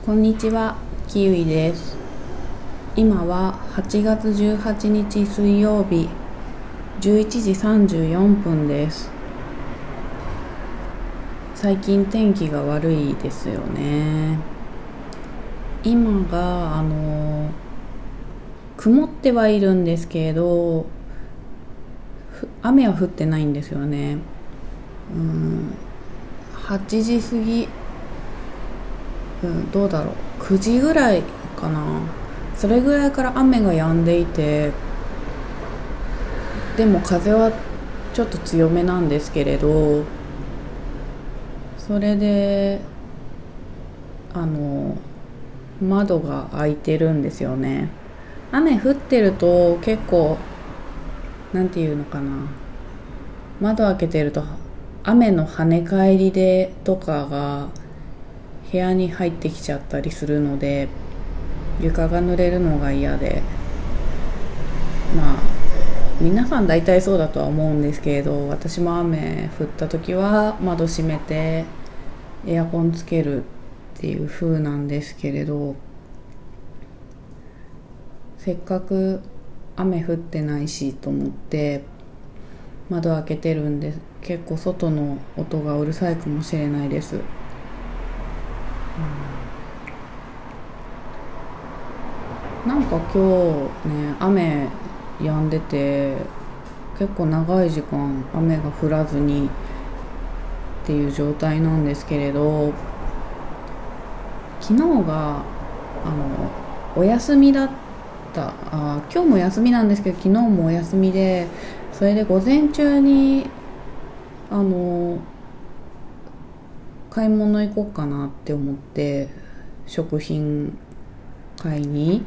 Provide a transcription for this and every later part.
こんにちは、キウイです。今は8月18日水曜日11時34分です。最近天気が悪いですよね。今が曇ってはいるんですけど、雨は降ってないんですよね。8時過ぎ、どうだろう、9時ぐらいかな。それぐらいから雨が止んでいて、でも風はちょっと強めなんですけれど、それで窓が開いてるんですよね。雨降ってると結構なんていうのかな、窓開けてると雨の跳ね返りでとかが部屋に入ってきちゃったりするので、床が濡れるのが嫌で、皆さん大体そうだとは思うんですけれど、私も雨降った時は窓閉めてエアコンつけるっていう風なんですけれど、せっかく雨降ってないしと思って窓開けてるんで、結構外の音がうるさいかもしれないです。なんか今日ね、雨止んでて結構長い時間雨が降らずにっていう状態なんですけれど、昨日がお休みだった。今日も休みなんですけど、昨日もお休みで、それで午前中に買い物行こうかなって思って食品買いに、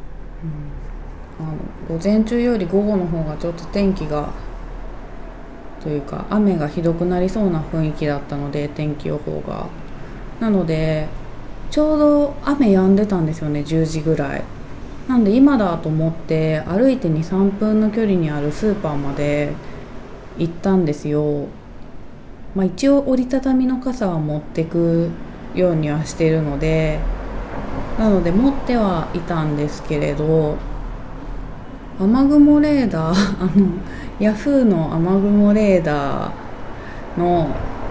午前中より午後の方がちょっと天気がというか雨がひどくなりそうな雰囲気だったので、天気予報がなのでちょうど雨止んでたんですよね、10時ぐらいなんで今だと思って歩いて 2,3 分の距離にあるスーパーまで行ったんですよ。一応折りたたみの傘は持ってくようにはしているので、なので持ってはいたんですけれど、雨雲レーダーヤフーの雨雲レーダーの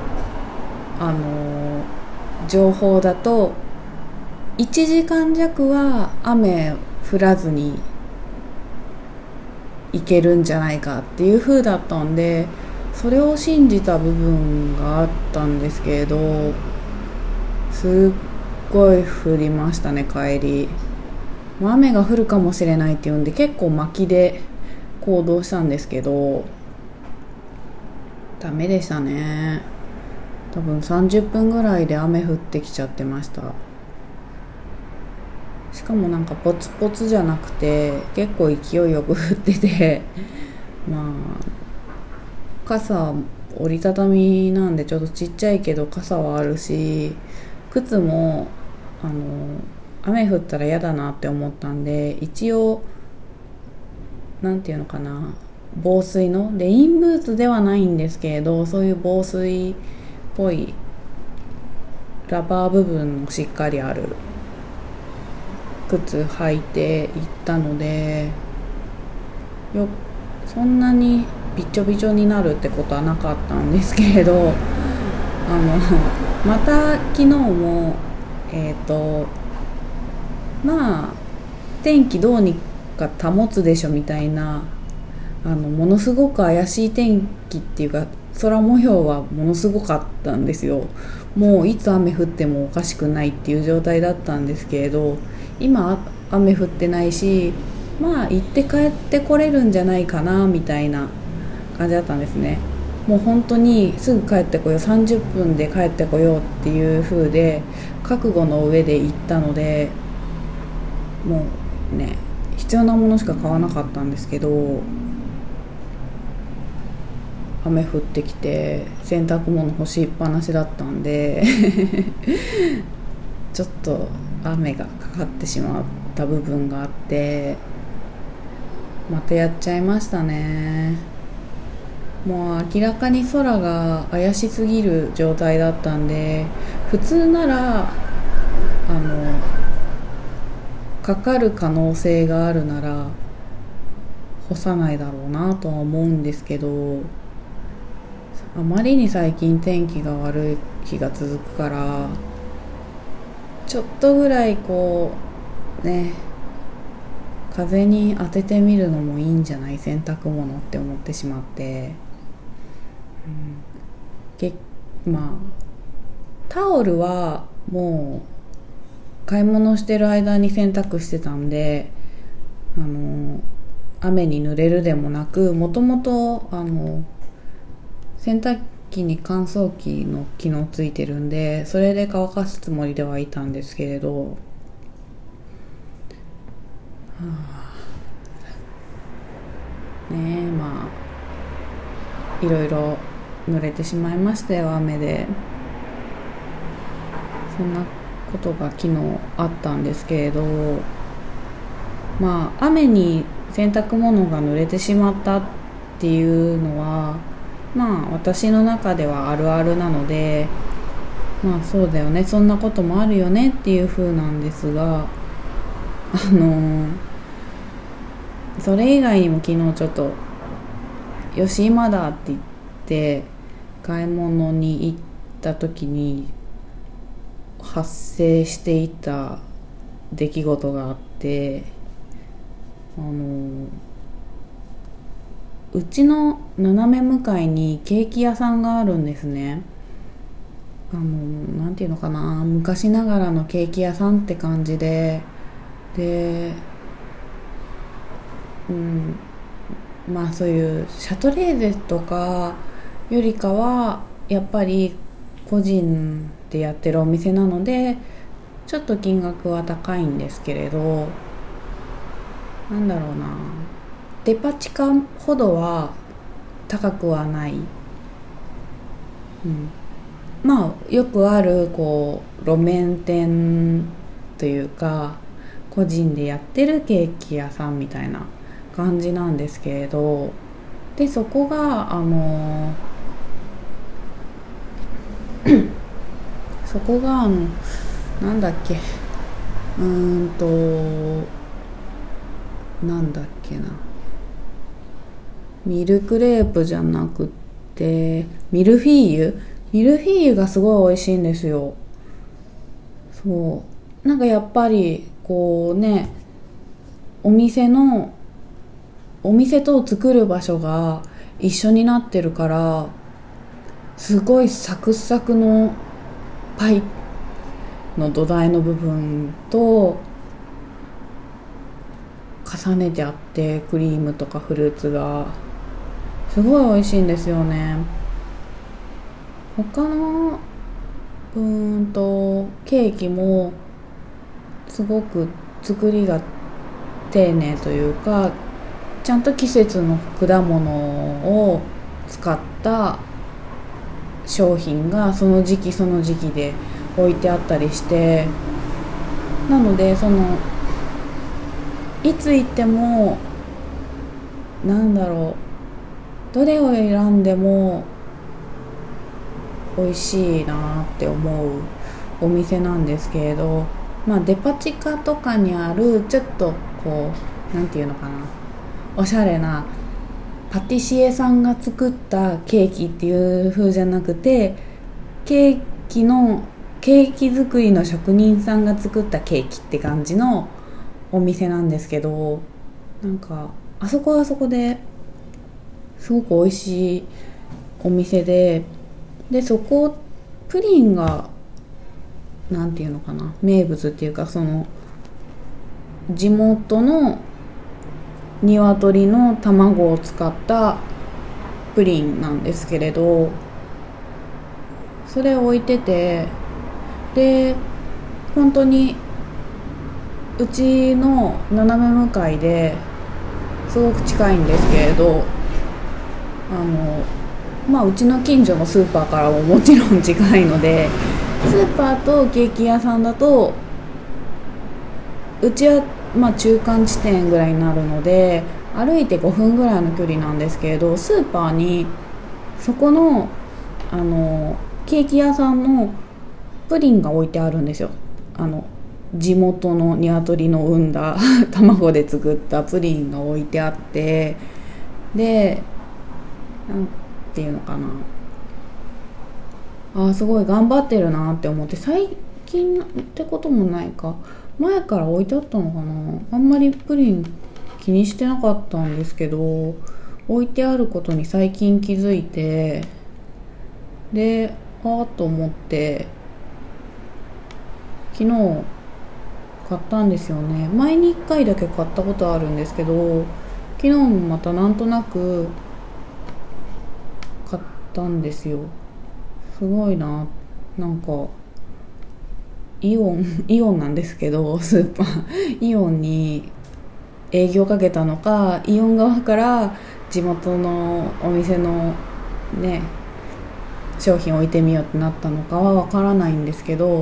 情報だと1時間弱は雨降らずにいけるんじゃないかっていう風だったんで、それを信じた部分があったんですけれど、すっごい降りましたね、帰り。雨が降るかもしれないっていうんで結構巻きで行動したんですけど、ダメでしたね。多分30分ぐらいで雨降ってきちゃってました。しかもなんかポツポツじゃなくて結構勢いよく降ってて傘折りたたみなんでちょっとちっちゃいけど傘はあるし、靴も雨降ったら嫌だなって思ったんで、一応なんていうのかな、防水のレインブーツではないんですけれど、そういう防水っぽいラバー部分もしっかりある靴履いて行ったので、そんなにびちょびちょになるってことはなかったんですけれど、また昨日も天気どうにか保つでしょみたいな、ものすごく怪しい天気っていうか空模様はものすごかったんですよ。もういつ雨降ってもおかしくないっていう状態だったんですけれど、今雨降ってないし、行って帰ってこれるんじゃないかなみたいな感じだったんですね。もう本当にすぐ帰ってこよう、30分で帰ってこようっていう風で覚悟の上で行ったので、もうね、必要なものしか買わなかったんですけど、雨降ってきて洗濯物干しっぱなしだったんでちょっと雨がかかってしまった部分があって、またやっちゃいましたね。もう明らかに空が怪しすぎる状態だったんで、普通ならかかる可能性があるなら干さないだろうなとは思うんですけど、あまりに最近天気が悪い日が続くから、ちょっとぐらいこうね、風に当ててみるのもいいんじゃない、洗濯物って思ってしまって、まあタオルはもう買い物してる間に洗濯してたんで、雨に濡れるでもなく、もともと洗濯機に乾燥機の機能ついてるんで、それで乾かすつもりではいたんですけれど、ねえ、まあいろいろ濡れてしまいましたよ、雨で。そんなことが昨日あったんですけれど、まあ雨に洗濯物が濡れてしまったっていうのは、まあ私の中ではあるあるなので、まあそうだよね、そんなこともあるよねっていう風なんですが、それ以外にも昨日ちょっとよし今だって言って買い物に行った時に発生していた出来事があって、うちの斜め向かいにケーキ屋さんがあるんですね。なんていうのかな、昔ながらのケーキ屋さんって感じで、まあそういうシャトレーゼとかよりかはやっぱり個人でやってるお店なので、ちょっと金額は高いんですけれど、なんだろうな、デパ地下ほどは高くはない、まあよくあるこう路面店というか個人でやってるケーキ屋さんみたいな感じなんですけれど、でそこがそこがなんだっけなんだっけな、ミルクレープじゃなくってミルフィーユがすごい美味しいんですよ。そうなんかやっぱりこうね、お店と作る場所が一緒になってるから、すごいサクサクのパイの土台の部分と重ねてあって、クリームとかフルーツがすごい美味しいんですよね。他のケーキもすごく作りが丁寧というか、ちゃんと季節の果物を使った商品がその時期その時期で置いてあったりして、なのでいつ行ってもなんだろう、どれを選んでも美味しいなって思うお店なんですけれど、まあデパ地下とかにあるちょっとこうなんていうのかな、おしゃれなパティシエさんが作ったケーキっていう風じゃなくて、ケーキ作りの職人さんが作ったケーキって感じのお店なんですけど、なんかあそこはあそこですごく美味しいお店で、そこプリンがなんていうのかな、名物っていうか、その地元の鶏の卵を使ったプリンなんですけれど、それを置いてて、で本当にうちの斜め向かいですごく近いんですけれど、まあうちの近所のスーパーからももちろん近いので、スーパーとケーキ屋さんだとうちはまあ中間地点ぐらいになるので歩いて5分ぐらいの距離なんですけれど、スーパーにそこのケーキ屋さんのプリンが置いてあるんですよ。 地元の鶏の産んだ卵で作ったプリンが置いてあって、でなんていうのかな、すごい頑張ってるなって思って、最近ってこともないか、前から置いてあったのかな、あんまりプリン気にしてなかったんですけど、置いてあることに最近気づいて、でと思って昨日買ったんですよね。前に1回だけ買ったことあるんですけど、昨日もまたなんとなく買ったんですよ。すごいな、なんかイオンなんですけど、スーパーイオンに営業かけたのか、イオン側から地元のお店のね商品置いてみようってなったのかはわからないんですけど、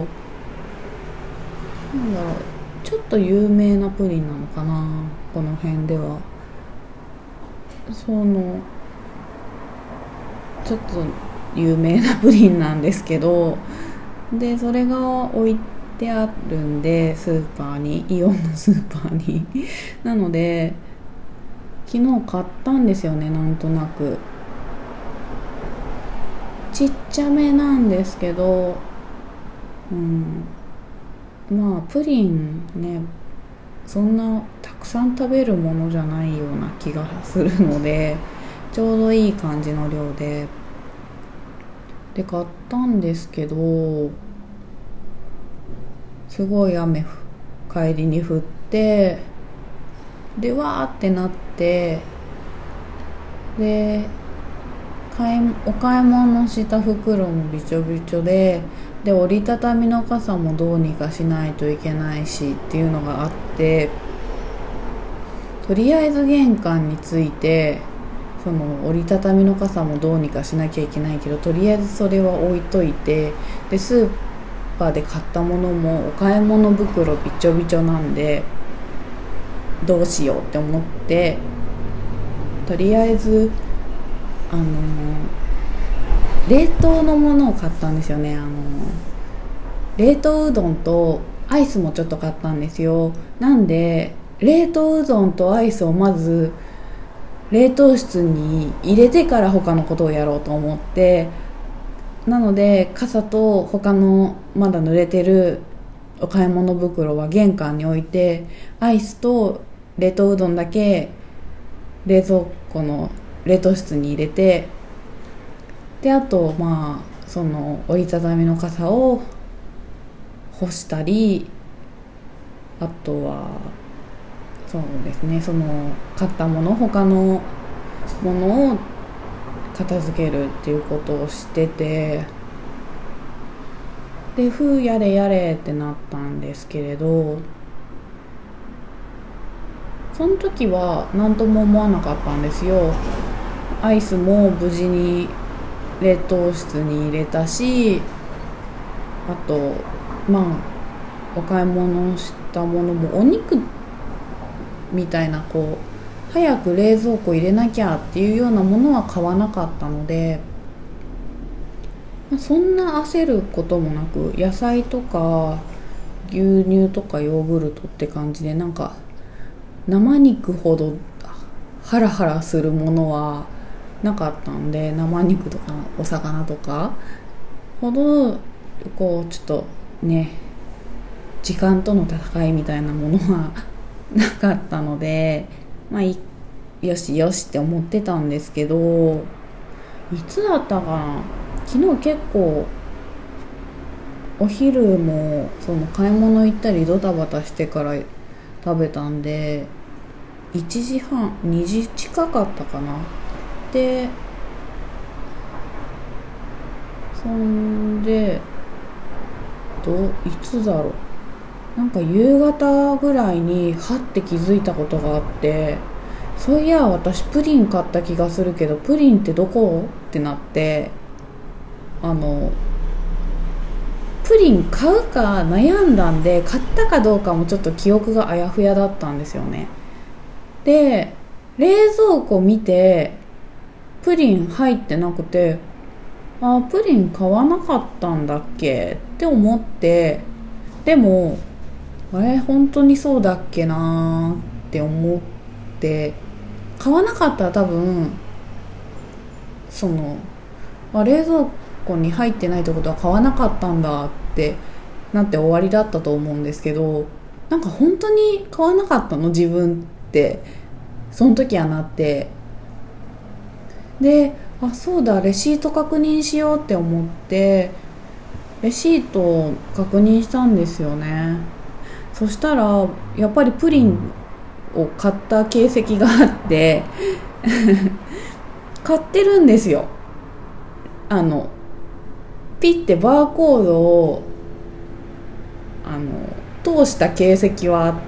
なんだろう、ちょっと有名なプリンなのかな、この辺では。ちょっと有名なプリンなんですけど、でそれが置いてあるんで、スーパーに、イオンのスーパーになので昨日買ったんですよね。なんとなくちっちゃめなんですけど、まあプリンね、そんなたくさん食べるものじゃないような気がするので、ちょうどいい感じの量で買ったんですけど、すごい雨帰りに降って、でわーってなって、でお買い物した袋もびちょびちょで、折りたたみの傘もどうにかしないといけないしっていうのがあって、とりあえず玄関に着いて、その折りたたみの傘もどうにかしなきゃいけないけど、とりあえずそれは置いといて、でスーパーで買ったものもお買い物袋びちょびちょなんでどうしようって思って、とりあえず冷凍のものを買ったんですよね。冷凍うどんとアイスもちょっと買ったんですよ。なんで冷凍うどんとアイスをまず冷凍室に入れてから他のことをやろうと思って、なので傘と他のまだ濡れてるお買い物袋は玄関に置いて、アイスと冷凍うどんだけ冷蔵庫の冷凍室に入れて、であとその折りたたみの傘を干したり、あとはそうですね、その買ったもの、他のものを片付けるっていうことをしてて、でやれやれってなったんですけれど、その時は何とも思わなかったんですよ。アイスも無事に冷凍室に入れたし、あとお買い物したものもお肉みたいな早く冷蔵庫入れなきゃっていうようなものは買わなかったので、そんな焦ることもなく、野菜とか牛乳とかヨーグルトって感じで、なんか生肉ほどハラハラするものはなかったんで、生肉とかお魚とかほどちょっとね時間との戦いみたいなものはなかったので、よしよしって思ってたんですけど、いつだったかな、昨日結構お昼もその買い物行ったりドタバタしてから食べたんで、1時半2時近かったかな。でそんでいつだろう、なんか夕方ぐらいにはって気づいたことがあって、そういや私プリン買った気がするけど、プリンってどこってなって、プリン買うか悩んだんで、買ったかどうかもちょっと記憶があやふやだったんですよね。で冷蔵庫見てプリン入ってなくて、プリン買わなかったんだっけって思って、でもあれ本当にそうだっけなって思って、買わなかったら多分冷蔵庫に入ってないってことは買わなかったんだってなって終わりだったと思うんですけど、なんか本当に買わなかったの自分ってその時はなって、でそうだレシート確認しようって思ってレシートを確認したんですよね。そしたらやっぱりプリンを買った形跡があって買ってるんですよ。ピッてバーコードを通した形跡はあって、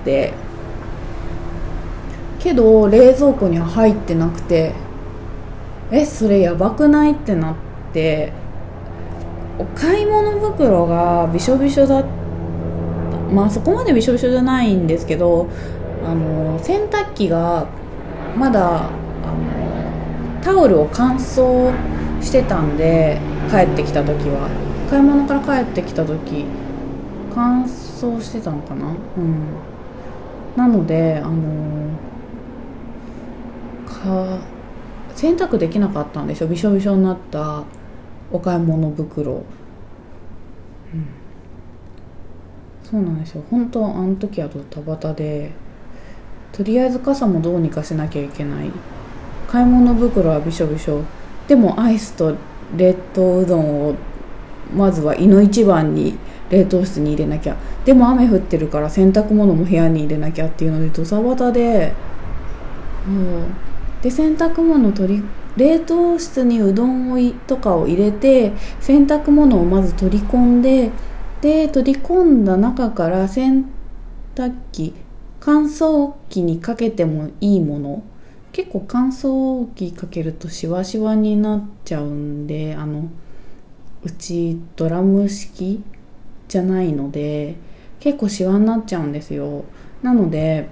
けど冷蔵庫には入ってなくて、それやばくないってなって、お買い物袋がびしょびしょだ、そこまでびしょびしょじゃないんですけど、洗濯機がまだタオルを乾燥してたんで、帰ってきた時は買い物から帰ってきた時乾燥してたのかな、なので洗濯できなかったんですよ、びしょびしょになったお買い物袋、そうなんですよ。本当あの時はドタバタで、とりあえず傘もどうにかしなきゃいけない、買い物袋はびしょびしょ、でもアイスと冷凍うどんをまずはいの一番に冷凍室に入れなきゃ、でも雨降ってるから洗濯物も部屋に入れなきゃっていうのでドタバタで、で洗濯物冷凍室にうどんとかを入れて洗濯物をまず取り込んで、取り込んだ中から洗濯機乾燥機にかけてもいいもの、結構乾燥機かけるとシワシワになっちゃうんで、うちドラム式じゃないので結構シワになっちゃうんですよ。なので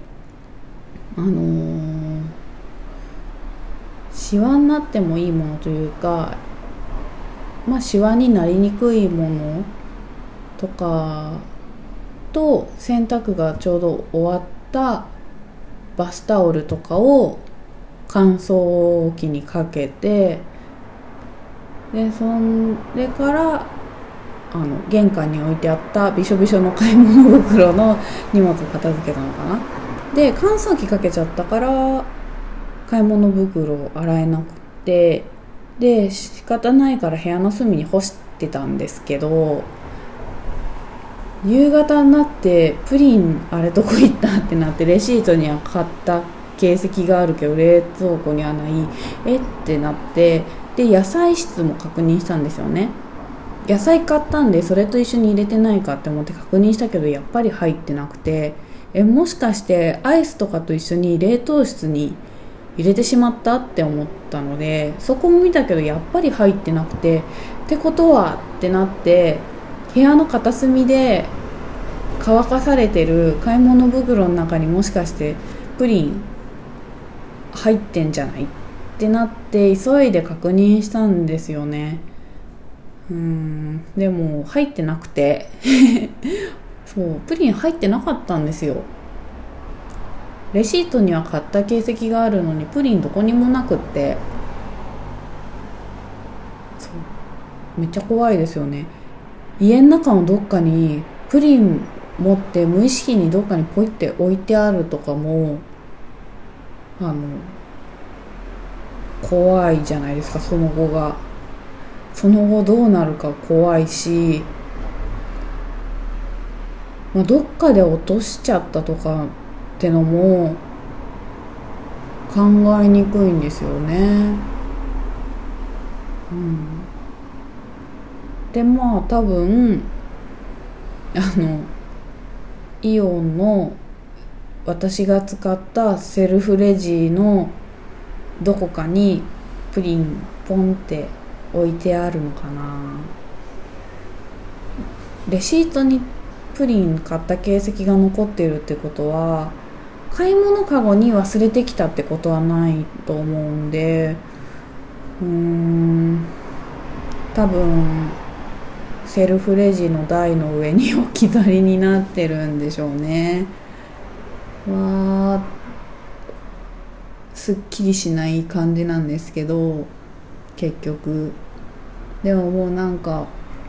シワになってもいいものというか、シワになりにくいものとかと、洗濯がちょうど終わったバスタオルとかを乾燥機にかけて、でそれから玄関に置いてあったびしょびしょの買い物袋の荷物を片付けたのかな。で乾燥機かけちゃったから買い物袋を洗えなくて、で仕方ないから部屋の隅に干してたんですけど、夕方になってプリンあれどこ行ったってなって、レシートには買った形跡があるけど冷蔵庫にはない、ってなって、で野菜室も確認したんですよね。野菜買ったんでそれと一緒に入れてないかって思って確認したけどやっぱり入ってなくて、もしかしてアイスとかと一緒に冷凍室に入れてしまったって思ったので、そこも見たけどやっぱり入ってなくて、ってことはってなって、部屋の片隅で乾かされてる買い物袋の中にもしかしてプリン入ってんじゃないってなって急いで確認したんですよね。でも入ってなくてそうプリン入ってなかったんですよ。レシートには買った形跡があるのにプリンどこにもなくって、そうめっちゃ怖いですよね。家の中のどっかにプリン持って無意識にどっかにポイって置いてあるとかも怖いじゃないですか。その後どうなるか怖いし、どっかで落としちゃったとかってのも考えにくいんですよね。で多分イオンの私が使ったセルフレジのどこかにプリンポンって置いてあるのかな。レシートにプリン買った形跡が残ってるってことは買い物カゴに忘れてきたってことはないと思うんで、多分セルフレジの台の上に置き去りになってるんでしょうね。わー、すっきりしない感じなんですけど、結局でももうなんか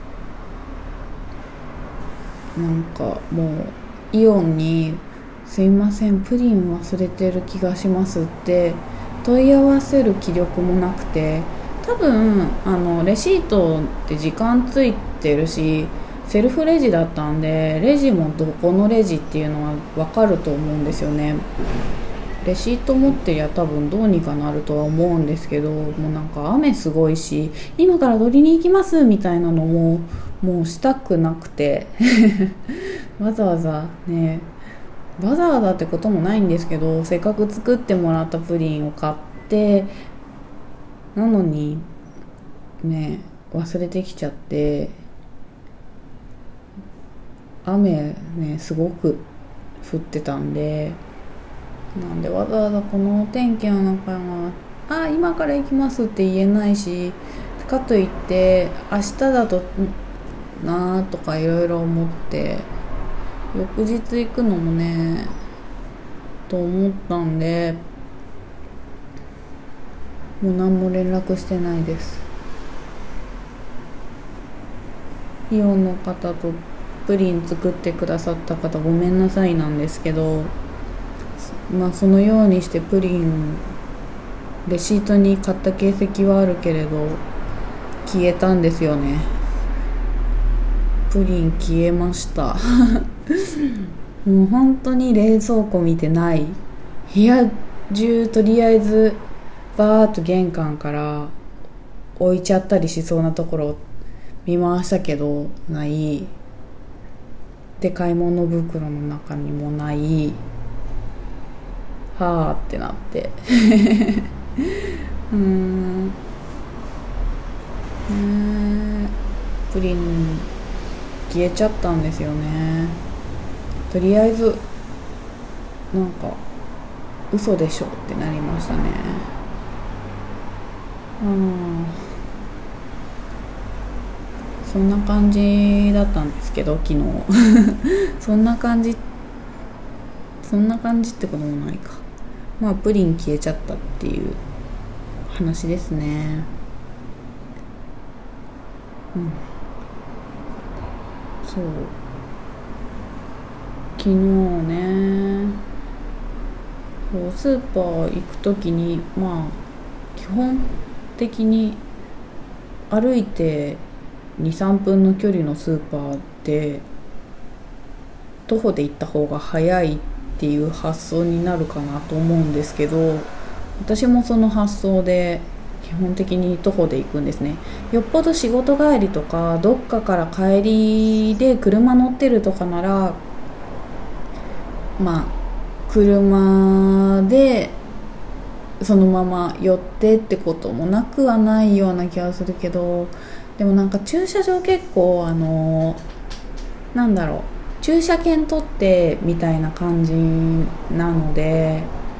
もうイオンにすいませんプリン忘れてる気がしますって問い合わせる気力もなくて、多分レシートって時間ついてるしセルフレジだったんで、レジもどこのレジっていうのは分かると思うんですよね。レシート持ってりゃ多分どうにかなるとは思うんですけど、もうなんか雨すごいし今から取りに行きますみたいなのももうしたくなくてわざわざってこともないんですけど、せっかく作ってもらったプリンを買ってなのにね忘れてきちゃって、雨ねすごく降ってたんで、なんでわざわざこの天気の中が今から行きますって言えないし、かといって明日だとなーとかいろいろ思って翌日行くのもねと思ったんで、もう何も連絡してないです。イオンの方とプリン作ってくださった方ごめんなさいなんですけど、そのようにしてプリンレシートに買った形跡はあるけれど消えたんですよね。プリン消えましたもう本当に冷蔵庫見てない、部屋中とりあえずバーッと玄関から置いちゃったりしそうなところ見回したけどないで、買い物袋の中にもない、はーってなってプリン消えちゃったんですよね。とりあえずなんか嘘でしょってなりましたね。そんな感じだったんですけど昨日そんな感じってこともないか。プリン消えちゃったっていう話ですね。そう昨日ね、スーパー行くときに基本的に歩いて 2,3 分の距離のスーパーで徒歩で行った方が早いっていう発想になるかなと思うんですけど、私もその発想で基本的に徒歩で行くんですね。よっぽど仕事帰りとかどっかから帰りで車乗ってるとかなら車でそのまま寄ってってこともなくはないような気がするけど、でもなんか駐車場結構駐車券取ってみたいな感じなので、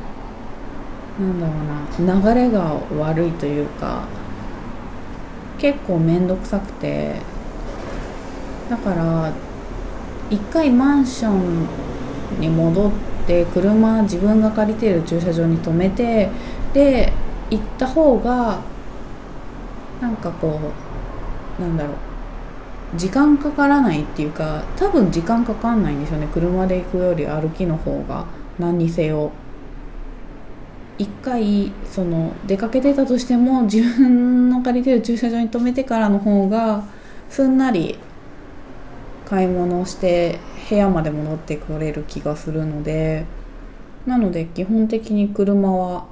流れが悪いというか結構めんどくさくて、だから一回マンションに戻って自分が借りている駐車場に止めてで行った方が時間かからないっていうか、多分時間かかんないんですよね。車で行くより歩きの方が何にせよ。一回出かけてたとしても自分の借りてる駐車場に止めてからの方がすんなり買い物をして部屋まで戻ってこれる気がするので、なので基本的に車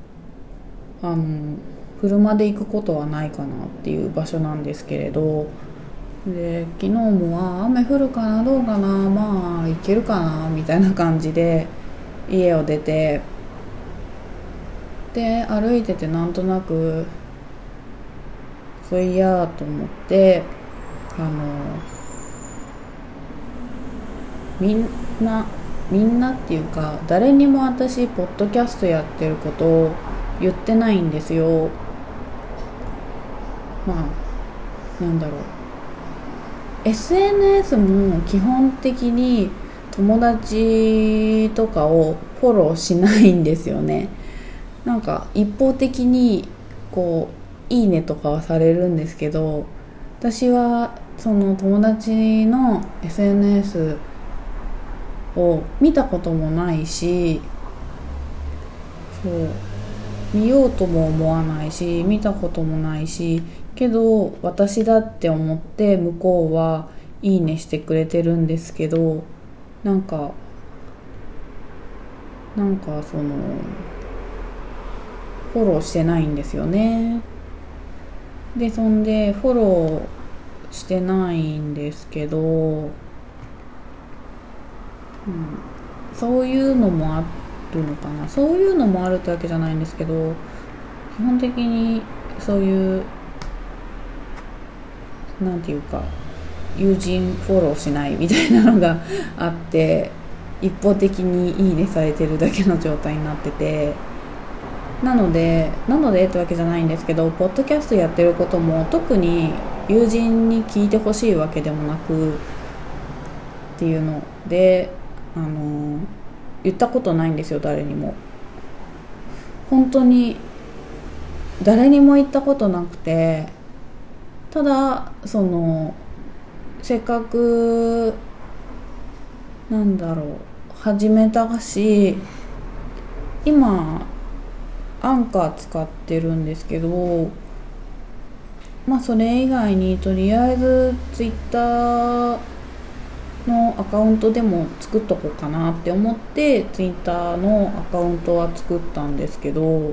で行くことはないかなっていう場所なんですけれど、で昨日も雨降るかなどうかな行けるかなみたいな感じで家を出て、で歩いててなんとなくそういやと思ってみんなっていうか誰にも私ポッドキャストやってることを言ってないんですよ。 SNS も基本的に友達とかをフォローしないんですよね。なんか一方的にこういいねとかはされるんですけど、私はその友達の SNS を見たこともないし、そう見ようとも思わないし、見たこともないし、けど私だって思って向こうはいいねしてくれてるんですけど、なんかそのフォローしてないんですよね。でそんでフォローしてないんですけど、そういうのもあるのかな。そういうのもあるってわけじゃないんですけど、基本的にそういうなんていうか友人フォローしないみたいなのがあって、一方的にいいねされてるだけの状態になってて、なのでってわけじゃないんですけど、ポッドキャストやってることも特に友人に聞いてほしいわけでもなくっていうので、言ったことないんですよ、誰にも。本当に誰にも言ったことなくて、ただそのせっかく始めたし、今アンカー使ってるんですけど、それ以外にとりあえずツイッターのアカウントでも作っとこうかなって思ってツイッターのアカウントは作ったんですけど、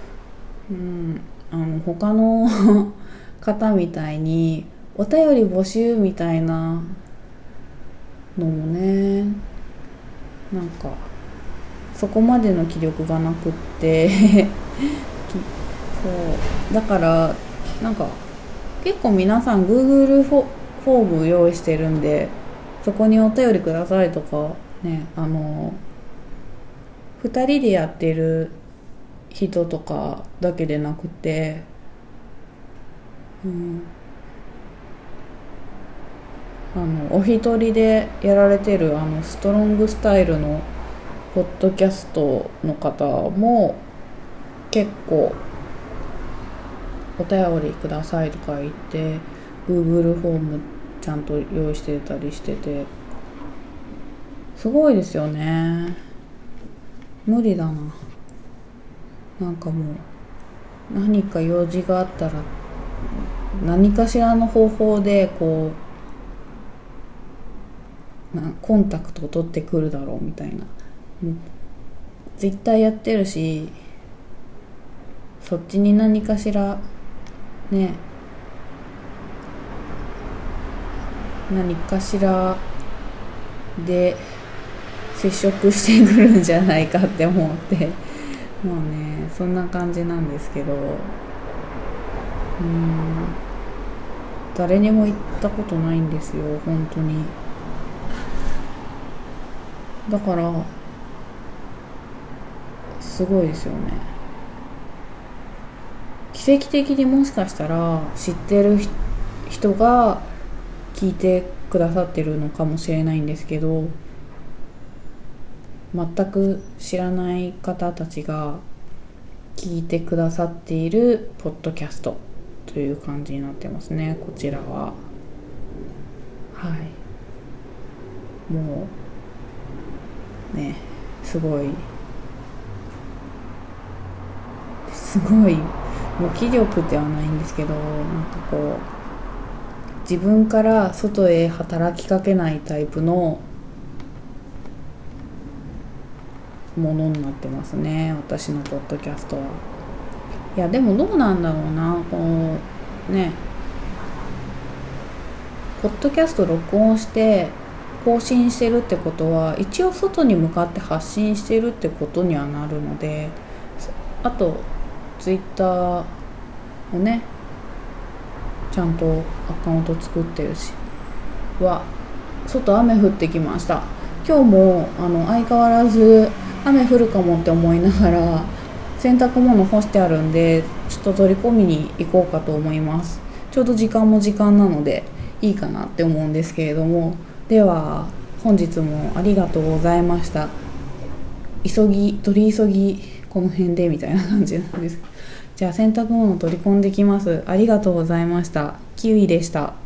他の方みたいにお便り募集みたいなのもね、なんかそこまでの気力がなくってそうだからなんか結構皆さん Google フォーム用意してるんで、そこにお便りくださいとかね、2人でやってる人とかだけでなくて、お一人でやられてるストロングスタイルのポッドキャストの方も結構お便りくださいとか言って Google フォームちゃんと用意してたりしてて、すごいですよね。無理だな。なんかもう何か用事があったら何かしらの方法でこうコンタクトを取ってくるだろうみたいな、ツイッターやってるし、そっちに何かしらね、何かしらで接触してくるんじゃないかって思ってもうね、そんな感じなんですけど、誰にも言ったことないんですよ、本当に。だからすごいですよね。奇跡的にもしかしたら知ってる人が聞いてくださってるのかもしれないんですけど、全く知らない方たちが聞いてくださっているポッドキャストという感じになってますね、こちらは。はい、もうね、すごい無気力ではないんですけど、なんかこう自分から外へ働きかけないタイプのものになってますね、私のポッドキャストは。いやでもどうなんだろうな、こうね、ポッドキャスト録音して更新してるってことは一応外に向かって発信してるってことにはなるので、あとツイッターをねちゃんとアカウント作ってるし。外雨降ってきました。今日も相変わらず雨降るかもって思いながら洗濯物干してあるんで、ちょっと取り込みに行こうかと思います。ちょうど時間も時間なのでいいかなって思うんですけれども、では本日もありがとうございました。取り急ぎこの辺でみたいな感じなんです。じゃあ洗濯物取り込んできます。ありがとうございました。キウイでした。